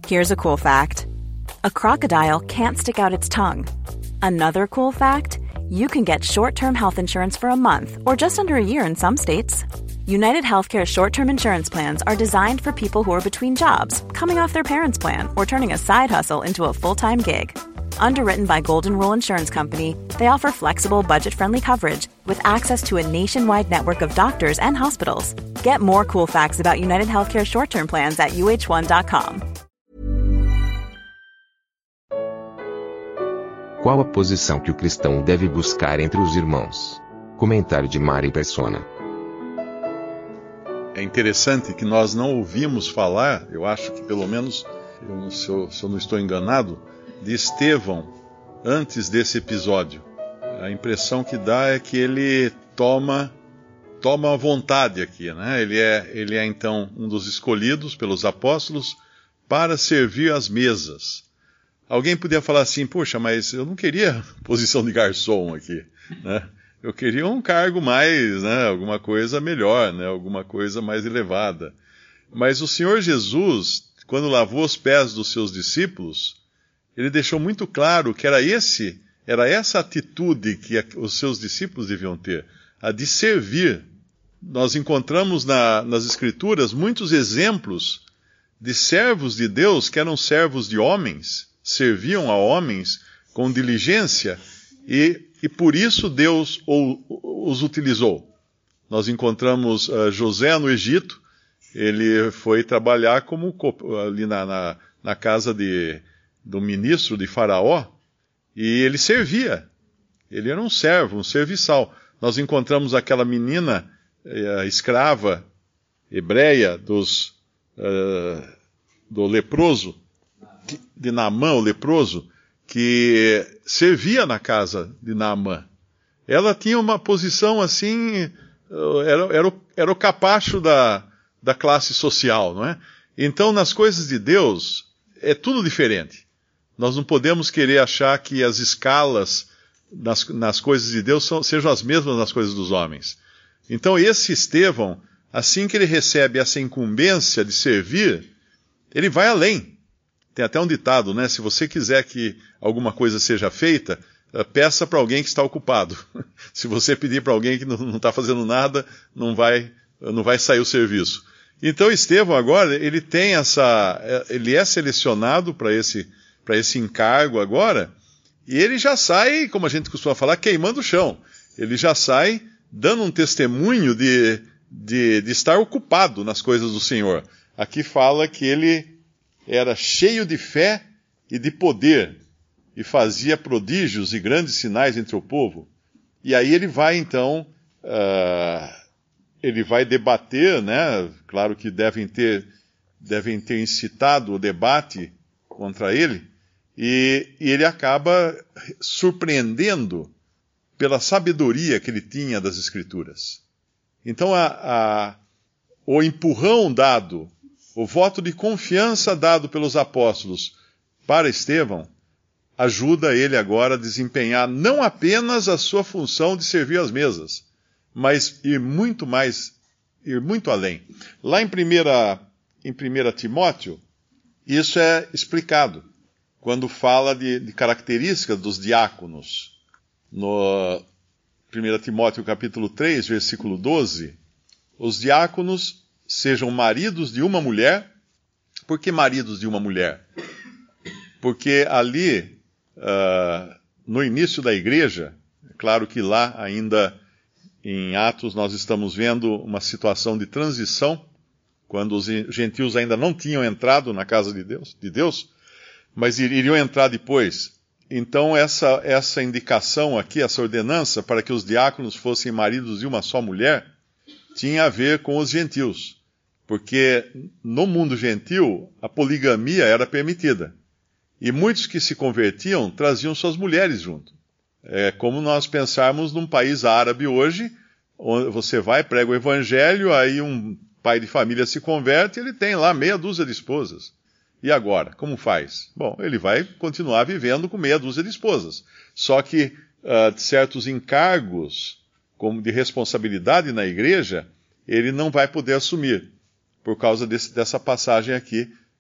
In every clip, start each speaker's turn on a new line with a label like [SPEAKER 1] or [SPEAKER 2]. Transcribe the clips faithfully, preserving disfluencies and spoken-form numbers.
[SPEAKER 1] Here's a cool fact. A crocodile can't stick out its tongue. Another cool fact, you can get short-term health insurance for a month or just under a year in some states. United Healthcare short-term insurance plans are designed for people who are between jobs, coming off their parents' plan, or turning a side hustle into a full-time gig. Underwritten by Golden Rule Insurance Company, they offer flexible, budget-friendly coverage with access to a nationwide network of doctors and hospitals. Get more cool facts about United Healthcare short-term plans at U H one dot com.
[SPEAKER 2] Qual a posição que o cristão deve buscar entre os irmãos? Comentário de Mari Persona.
[SPEAKER 3] É interessante que nós não ouvimos falar, eu acho que pelo menos, eu, se, eu, se eu não estou enganado, de Estevão antes desse episódio. A impressão que dá é que ele toma, toma a vontade aqui, né? Ele é, ele é então um dos escolhidos pelos apóstolos para servir às mesas. Alguém podia falar assim, poxa, mas eu não queria posição de garçom aqui, né? Eu queria um cargo mais, né, alguma coisa melhor, né, alguma coisa mais elevada. Mas o Senhor Jesus, quando lavou os pés dos seus discípulos, ele deixou muito claro que era esse, era essa atitude que os seus discípulos deviam ter, a de servir. Nós encontramos na, nas Escrituras muitos exemplos de servos de Deus que eram servos de homens, serviam a homens com diligência e, e por isso Deus os utilizou. Nós encontramos uh, José no Egito, ele foi trabalhar como ali na, na, na casa de, do ministro de Faraó e ele servia. Ele era um servo, um serviçal. Nós encontramos aquela menina uh, escrava hebreia dos, uh, do leproso, de Naamã, o leproso, que servia na casa de Naamã. Ela tinha uma posição assim, era, era, o, era o capacho da, da classe social, não é? Então, nas coisas de Deus, é tudo diferente. Nós não podemos querer achar que as escalas nas, nas coisas de Deus são, sejam as mesmas nas coisas dos homens. Então, esse Estevão, assim que ele recebe essa incumbência de servir, ele vai além. Tem até um ditado, né? Se você quiser que alguma coisa seja feita, peça para alguém que está ocupado. Se você pedir para alguém que não está fazendo nada, não vai, não vai sair o serviço. Então Estevão agora, ele tem essa, ele é selecionado para esse, para esse encargo agora, e ele já sai, como a gente costuma falar, queimando o chão. Ele já sai dando um testemunho de, de, de estar ocupado nas coisas do Senhor. Aqui fala que ele era cheio de fé e de poder, e fazia prodígios e grandes sinais entre o povo. E aí ele vai, então, uh, ele vai debater, né? Claro que devem ter, devem ter incitado o debate contra ele, e, e ele acaba surpreendendo pela sabedoria que ele tinha das Escrituras. Então, a, a, o empurrão dado, o voto de confiança dado pelos apóstolos para Estevão, ajuda ele agora a desempenhar não apenas a sua função de servir às mesas, mas ir muito mais, ir muito além. Lá em primeira, em primeira Timóteo, isso é explicado, quando fala de, de características dos diáconos. No primeira Timóteo capítulo três, versículo doze, os diáconos sejam maridos de uma mulher. Por que maridos de uma mulher? Porque ali, uh, no início da igreja, é claro que lá ainda em Atos nós estamos vendo uma situação de transição, quando os gentios ainda não tinham entrado na casa de Deus, de Deus, mas iriam entrar depois. Então essa, essa indicação aqui, essa ordenança para que os diáconos fossem maridos de uma só mulher, tinha a ver com os gentios, porque no mundo gentil a poligamia era permitida, e muitos que se convertiam traziam suas mulheres junto. É como nós pensarmos num país árabe hoje, onde você vai, prega o evangelho, aí um pai de família se converte e ele tem lá meia dúzia de esposas. E agora, como faz? Bom, ele vai continuar vivendo com meia dúzia de esposas. Só que uh, certos encargos como de responsabilidade na igreja, ele não vai poder assumir, por causa desse, dessa passagem aqui,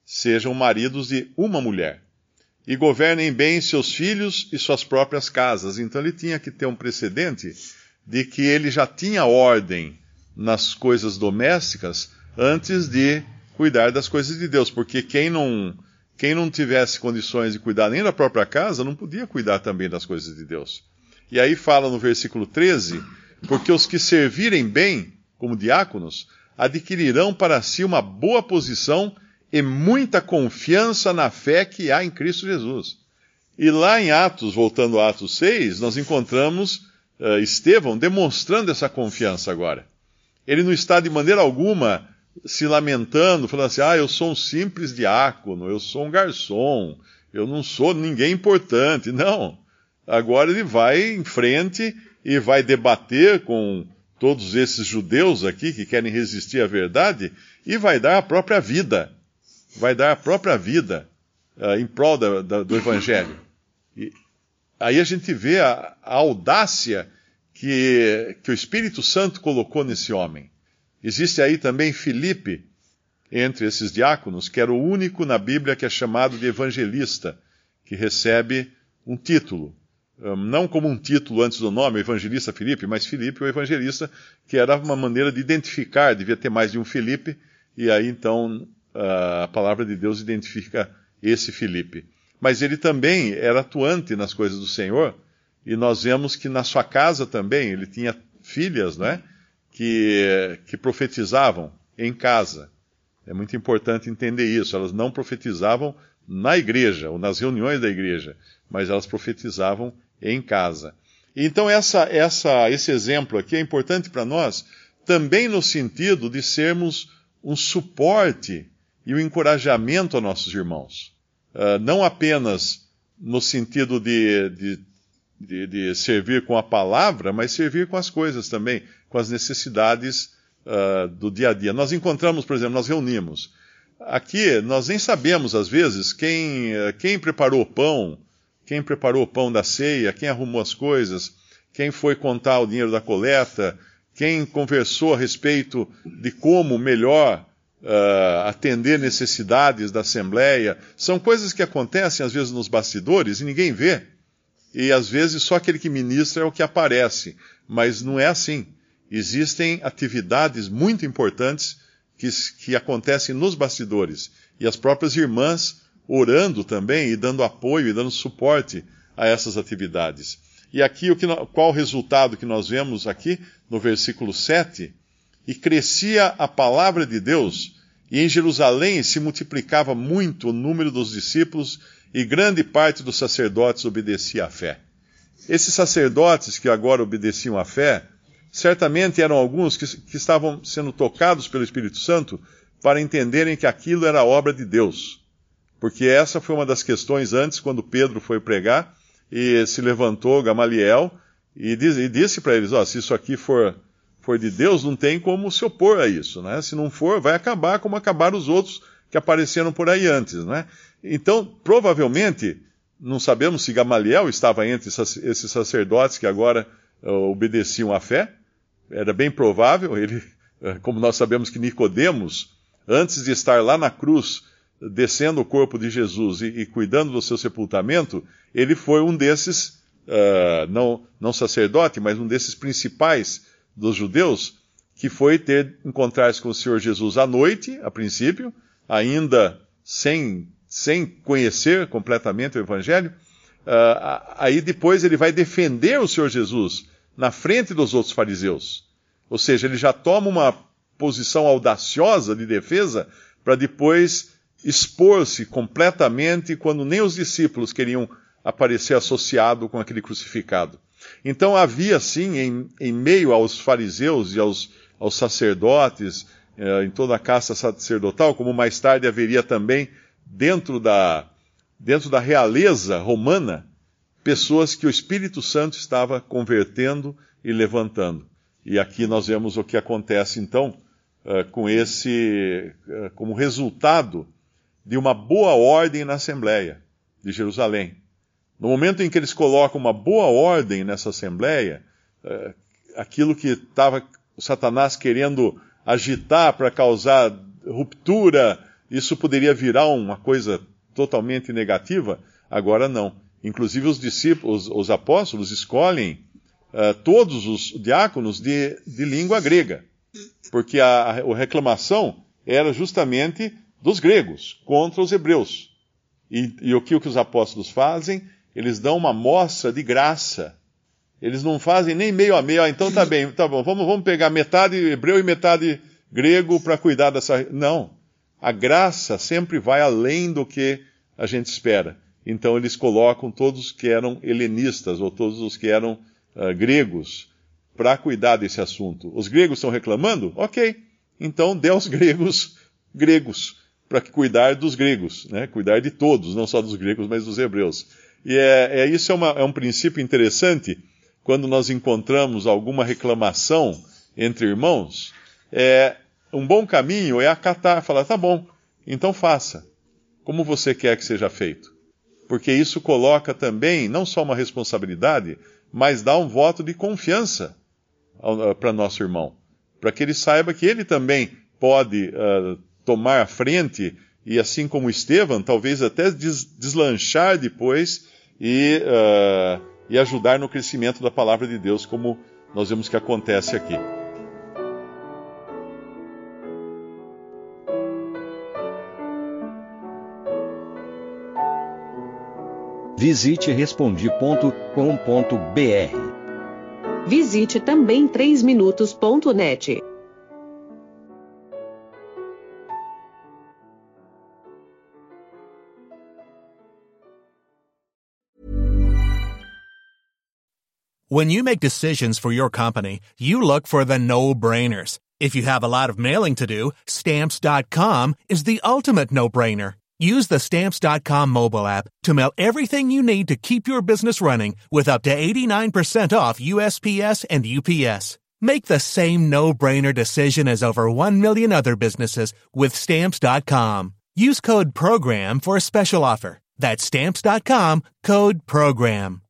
[SPEAKER 3] sejam maridos de uma mulher, e governem bem seus filhos e suas próprias casas. Então ele tinha que ter um precedente de que ele já tinha ordem nas coisas domésticas antes de cuidar das coisas de Deus, porque quem não, quem não tivesse condições de cuidar nem da própria casa, não podia cuidar também das coisas de Deus. E aí fala no versículo treze, porque os que servirem bem, como diáconos, adquirirão para si uma boa posição e muita confiança na fé que há em Cristo Jesus. E lá em Atos, voltando a Atos seis, nós encontramos uh, Estevão demonstrando essa confiança agora. Ele não está de maneira alguma se lamentando, falando assim, ah, eu sou um simples diácono, eu sou um garçom, eu não sou ninguém importante. Não. Agora ele vai em frente e vai debater com todos esses judeus aqui que querem resistir à verdade e vai dar a própria vida. Vai dar a própria vida uh, em prol da, da, do Evangelho. E aí a gente vê a, a audácia que, que o Espírito Santo colocou nesse homem. Existe aí também Filipe, entre esses diáconos, que era o único na Bíblia que é chamado de evangelista, que recebe um título. Um, não como um título antes do nome, evangelista Filipe, mas Filipe o evangelista, que era uma maneira de identificar, devia ter mais de um Filipe, e aí então uh, a palavra de Deus identifica esse Filipe. Mas ele também era atuante nas coisas do Senhor, e nós vemos que na sua casa também, ele tinha filhas, não é? Que, que profetizavam em casa. É muito importante entender isso. Elas não profetizavam na igreja, ou nas reuniões da igreja, mas elas profetizavam em casa. Então essa, essa, esse exemplo aqui é importante para nós, também no sentido de sermos um suporte e um encorajamento a nossos irmãos. Uh, não apenas no sentido de, de, de, de servir com a palavra, mas servir com as coisas também, com as necessidades uh, do dia a dia. Nós encontramos, por exemplo, nós reunimos. Aqui, nós nem sabemos, às vezes, quem, quem preparou o pão, quem preparou o pão da ceia, quem arrumou as coisas, quem foi contar o dinheiro da coleta, quem conversou a respeito de como melhor uh, atender necessidades da Assembleia. São coisas que acontecem, às vezes, nos bastidores e ninguém vê. E, às vezes, só aquele que ministra é o que aparece. Mas não é assim. Existem atividades muito importantes que, que acontecem nos bastidores. E as próprias irmãs orando também e dando apoio e dando suporte a essas atividades. E aqui, o que, qual o resultado que nós vemos aqui no versículo sete? E crescia a palavra de Deus, e em Jerusalém se multiplicava muito o número dos discípulos, e grande parte dos sacerdotes obedecia à fé. Esses sacerdotes que agora obedeciam à fé, certamente eram alguns que, que estavam sendo tocados pelo Espírito Santo para entenderem que aquilo era obra de Deus. Porque essa foi uma das questões antes, quando Pedro foi pregar, e se levantou Gamaliel e, diz, e disse para eles, ó, se isso aqui for, for de Deus, não tem como se opor a isso, né? Se não for, vai acabar como acabaram os outros que apareceram por aí antes, né? Então, provavelmente, não sabemos se Gamaliel estava entre esses sacerdotes que agora uh, obedeciam à fé. Era bem provável, ele, como nós sabemos que Nicodemos, antes de estar lá na cruz, descendo o corpo de Jesus e, e cuidando do seu sepultamento, ele foi um desses, uh, não, não sacerdote, mas um desses principais dos judeus, que foi ter encontrar-se com o Senhor Jesus à noite, a princípio, ainda sem, sem conhecer completamente o Evangelho. Uh, aí depois ele vai defender o Senhor Jesus na frente dos outros fariseus. Ou seja, ele já toma uma posição audaciosa de defesa para depois expor-se completamente quando nem os discípulos queriam aparecer associado com aquele crucificado. Então havia, sim, em, em meio aos fariseus e aos, aos sacerdotes, eh, em toda a casta sacerdotal, como mais tarde haveria também dentro da, dentro da realeza romana, pessoas que o Espírito Santo estava convertendo e levantando. E aqui nós vemos o que acontece, então, uh, com esse, uh, como resultado de uma boa ordem na Assembleia de Jerusalém. No momento em que eles colocam uma boa ordem nessa Assembleia, uh, aquilo que estava o Satanás querendo agitar para causar ruptura isso poderia virar uma coisa totalmente negativa. Agora não. Inclusive os discípulos, os apóstolos escolhem uh, todos os diáconos de, de língua grega, porque a, a, a reclamação era justamente dos gregos contra os hebreus. E, e o que, o que os apóstolos fazem? Eles dão uma amostra de graça. Eles não fazem nem meio a meio. Ah, então tá bem, tá bom, vamos, vamos pegar metade hebreu e metade grego para cuidar dessa... Não. A graça sempre vai além do que a gente espera. Então eles colocam todos os que eram helenistas, ou todos os que eram uh, gregos, para cuidar desse assunto. Os gregos estão reclamando? Ok. Então dê aos gregos gregos, para cuidar dos gregos, né? Cuidar de todos, não só dos gregos, mas dos hebreus. E é, é, isso é, uma, é um princípio interessante, quando nós encontramos alguma reclamação entre irmãos. É, um bom caminho é acatar, falar, tá bom, então faça, como você quer que seja feito. Porque isso coloca também, não só uma responsabilidade, mas dá um voto de confiança para nosso irmão, para que ele saiba que ele também pode uh, tomar a frente, e assim como Estevão, talvez até des- deslanchar depois e, uh, e ajudar no crescimento da palavra de Deus, como nós vemos que acontece aqui.
[SPEAKER 4] Visite respondi ponto com ponto b r.
[SPEAKER 5] Visite também três minutos ponto net.
[SPEAKER 6] When you make decisions for your company, you look for the no-brainers. If you have a lot of mailing to do, Stamps dot com is the ultimate no-brainer. Use the Stamps dot com mobile app to mail everything you need to keep your business running with up to eighty-nine percent off U S P S and U P S. Make the same no-brainer decision as over one million other businesses with Stamps dot com. Use code PROGRAM for a special offer. That's Stamps dot com, code PROGRAM.